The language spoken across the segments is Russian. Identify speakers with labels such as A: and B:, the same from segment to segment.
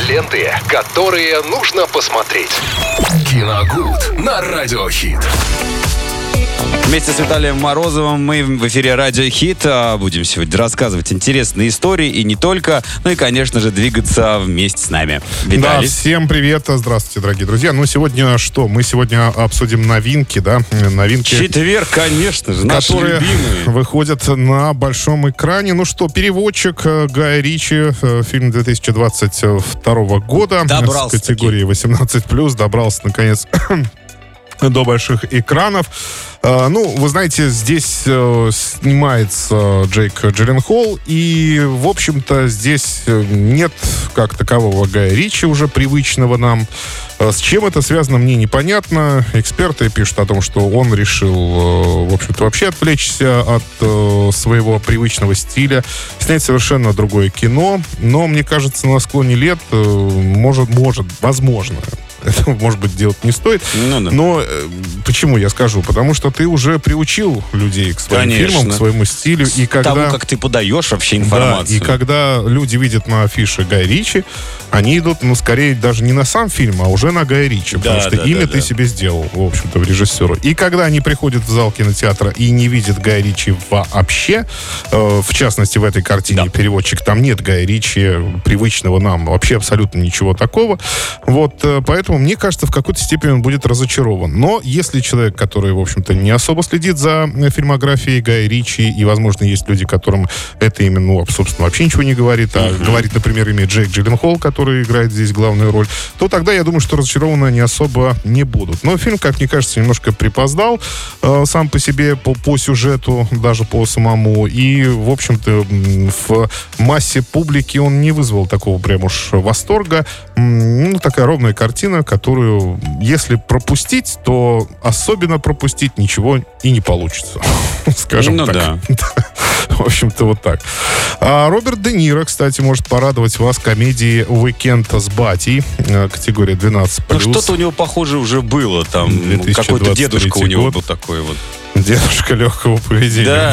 A: Ленты, которые нужно посмотреть. Киногуд на Радиохит.
B: Вместе с Виталием Морозовым мы в эфире Радио Хит. Будем сегодня рассказывать интересные истории и не только. Ну и, конечно же, двигаться вместе с нами. Виталий.
C: Да, всем привет. Здравствуйте, дорогие друзья. Ну, сегодня что? Мы сегодня обсудим новинки, да? Новинки.
B: Четверг, конечно же, наши
C: которые
B: любимые.
C: выходят на большом экране. Ну что, «Переводчик» Гая Ричи, фильм 2022 года.
B: Добрался
C: с категории 18+, добрался, наконец, до больших экранов. Ну, вы знаете, здесь снимается Джейк Джилленхол, и, в общем-то, здесь нет как такового Гая Ричи, уже привычного нам. С чем это связано, мне непонятно. Эксперты пишут о том, что он решил, в общем-то, вообще отвлечься от своего привычного стиля, снять совершенно другое кино. Но, мне кажется, на склоне лет возможно, это, может быть, делать не стоит.
B: Ну, да.
C: Но почему я скажу? Потому что ты уже приучил людей к своим фильмам, к своему стилю. И когда...
B: тому, как ты подаешь вообще информацию.
C: Да, и когда люди видят на афише Гай Ричи, они идут, ну, скорее, даже не на сам фильм, а уже на Гая Ричи. Потому что имя ты себе сделал, в общем-то, в режиссеру. И когда они приходят в зал кинотеатра и не видят Гая Ричи вообще, в частности, в этой картине «Переводчик», там нет Гая Ричи, привычного нам, вообще абсолютно ничего такого. Вот, поэтому, мне кажется, в какой-то степени он будет разочарован. Но если человек, который, в общем-то, не особо следит за фильмографией Гая Ричи, и, возможно, есть люди, которым это именно, ну, собственно, вообще ничего не говорит, а говорит, например, имя Джейк Джилленхол, который играет здесь главную роль, то тогда, я думаю, что разочарованы не особо не будут. Но фильм, как мне кажется, немножко припоздал сам по себе, по сюжету, даже по самому. И, в общем-то, в массе публики он не вызвал такого прям уж восторга. Ну, такая ровная картина, которую, если пропустить, то особенно пропустить ничего и не получится. Скажем так.
B: Да.
C: В общем-то, вот так. А Роберт Де Ниро, кстати, может порадовать вас комедией «Уикенд с Батей», категория 12+.
B: Ну, что-то у него, похоже, уже было. Там какой-то дедушка у него был такой вот.
C: Дедушка легкого поведения.
B: Да.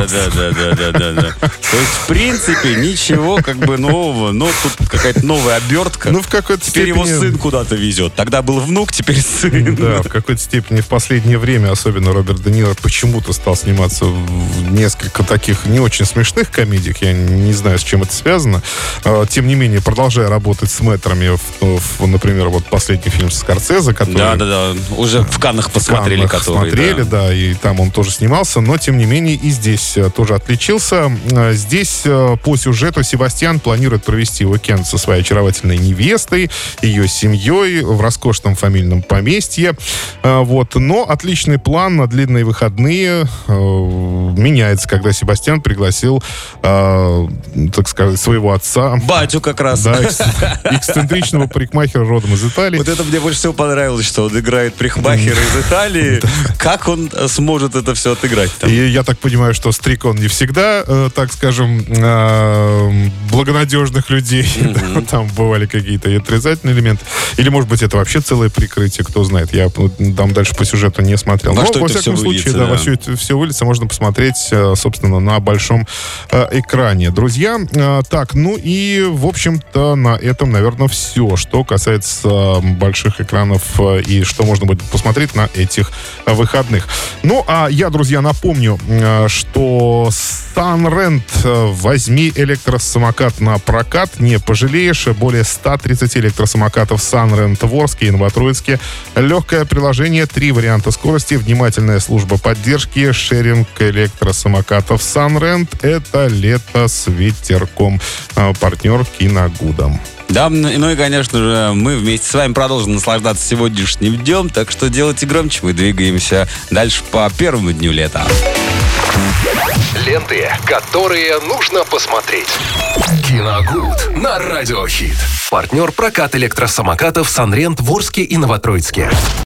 B: То есть, в принципе, ничего как бы нового, но тут какая-то новая обертка.
C: Ну, в какой-то
B: теперь
C: степени...
B: его сын куда-то везет. Тогда был внук, теперь сын.
C: Да, в какой-то степени в последнее время, особенно Роберт Де Ниро, почему-то стал сниматься в несколько таких не очень смешных комедиях. Я не знаю, с чем это связано. Тем не менее, продолжая работать с мэтрами, например, вот последний фильм Скорсезе, который...
B: Да. Уже в Каннах посмотрели,
C: смотрели, да, и там он тоже снимался, но, тем не менее, и здесь тоже отличился. Здесь по сюжету Себастьян планирует провести уикенд со своей очаровательной невестой, ее семьей в роскошном фамильном поместье. Вот. Но отличный план на длинные выходные меняется, когда Себастьян пригласил, так сказать, своего отца.
B: Батю как раз.
C: Да, эксцентричного парикмахера родом из Италии.
B: Вот это мне больше всего понравилось, что он играет парикмахера из Италии. Как он сможет это все отыграть там?
C: И я так понимаю, что стриг он не всегда, так скажем, благонадежных людей. Там бывали какие-то отрицательные элементы. Или, может быть, это вообще целое прикрытие, кто знает. Я там дальше по сюжету не смотрел. Но, во всяком случае, да, во все выльется, можно посмотреть, собственно, на большом экране. Друзья, так, ну и, в общем-то, на этом, наверное, все, что касается больших экранов и что можно будет посмотреть на этих выходных. Ну, а я, друзья, напомню, что Sunrent, возьми электросамокат на прокат, не пожалеешь. Более 130 электросамокатов Sunrent в Орске и Новотроицке. Легкое приложение, 3 варианта скорости, внимательная служба поддержки, шеринг электросамокатов Sunrent. Это лето с ветерком. Партнер Киногуда.
B: Да, ну и, конечно же, мы вместе с вами продолжим наслаждаться сегодняшним днем, так что делайте громче, мы двигаемся дальше по первому дню лета.
A: Ленты, которые нужно посмотреть. Киногуд на Радиохит. Партнер прокат электросамокатов Sunrent в Орске и Новотроицке.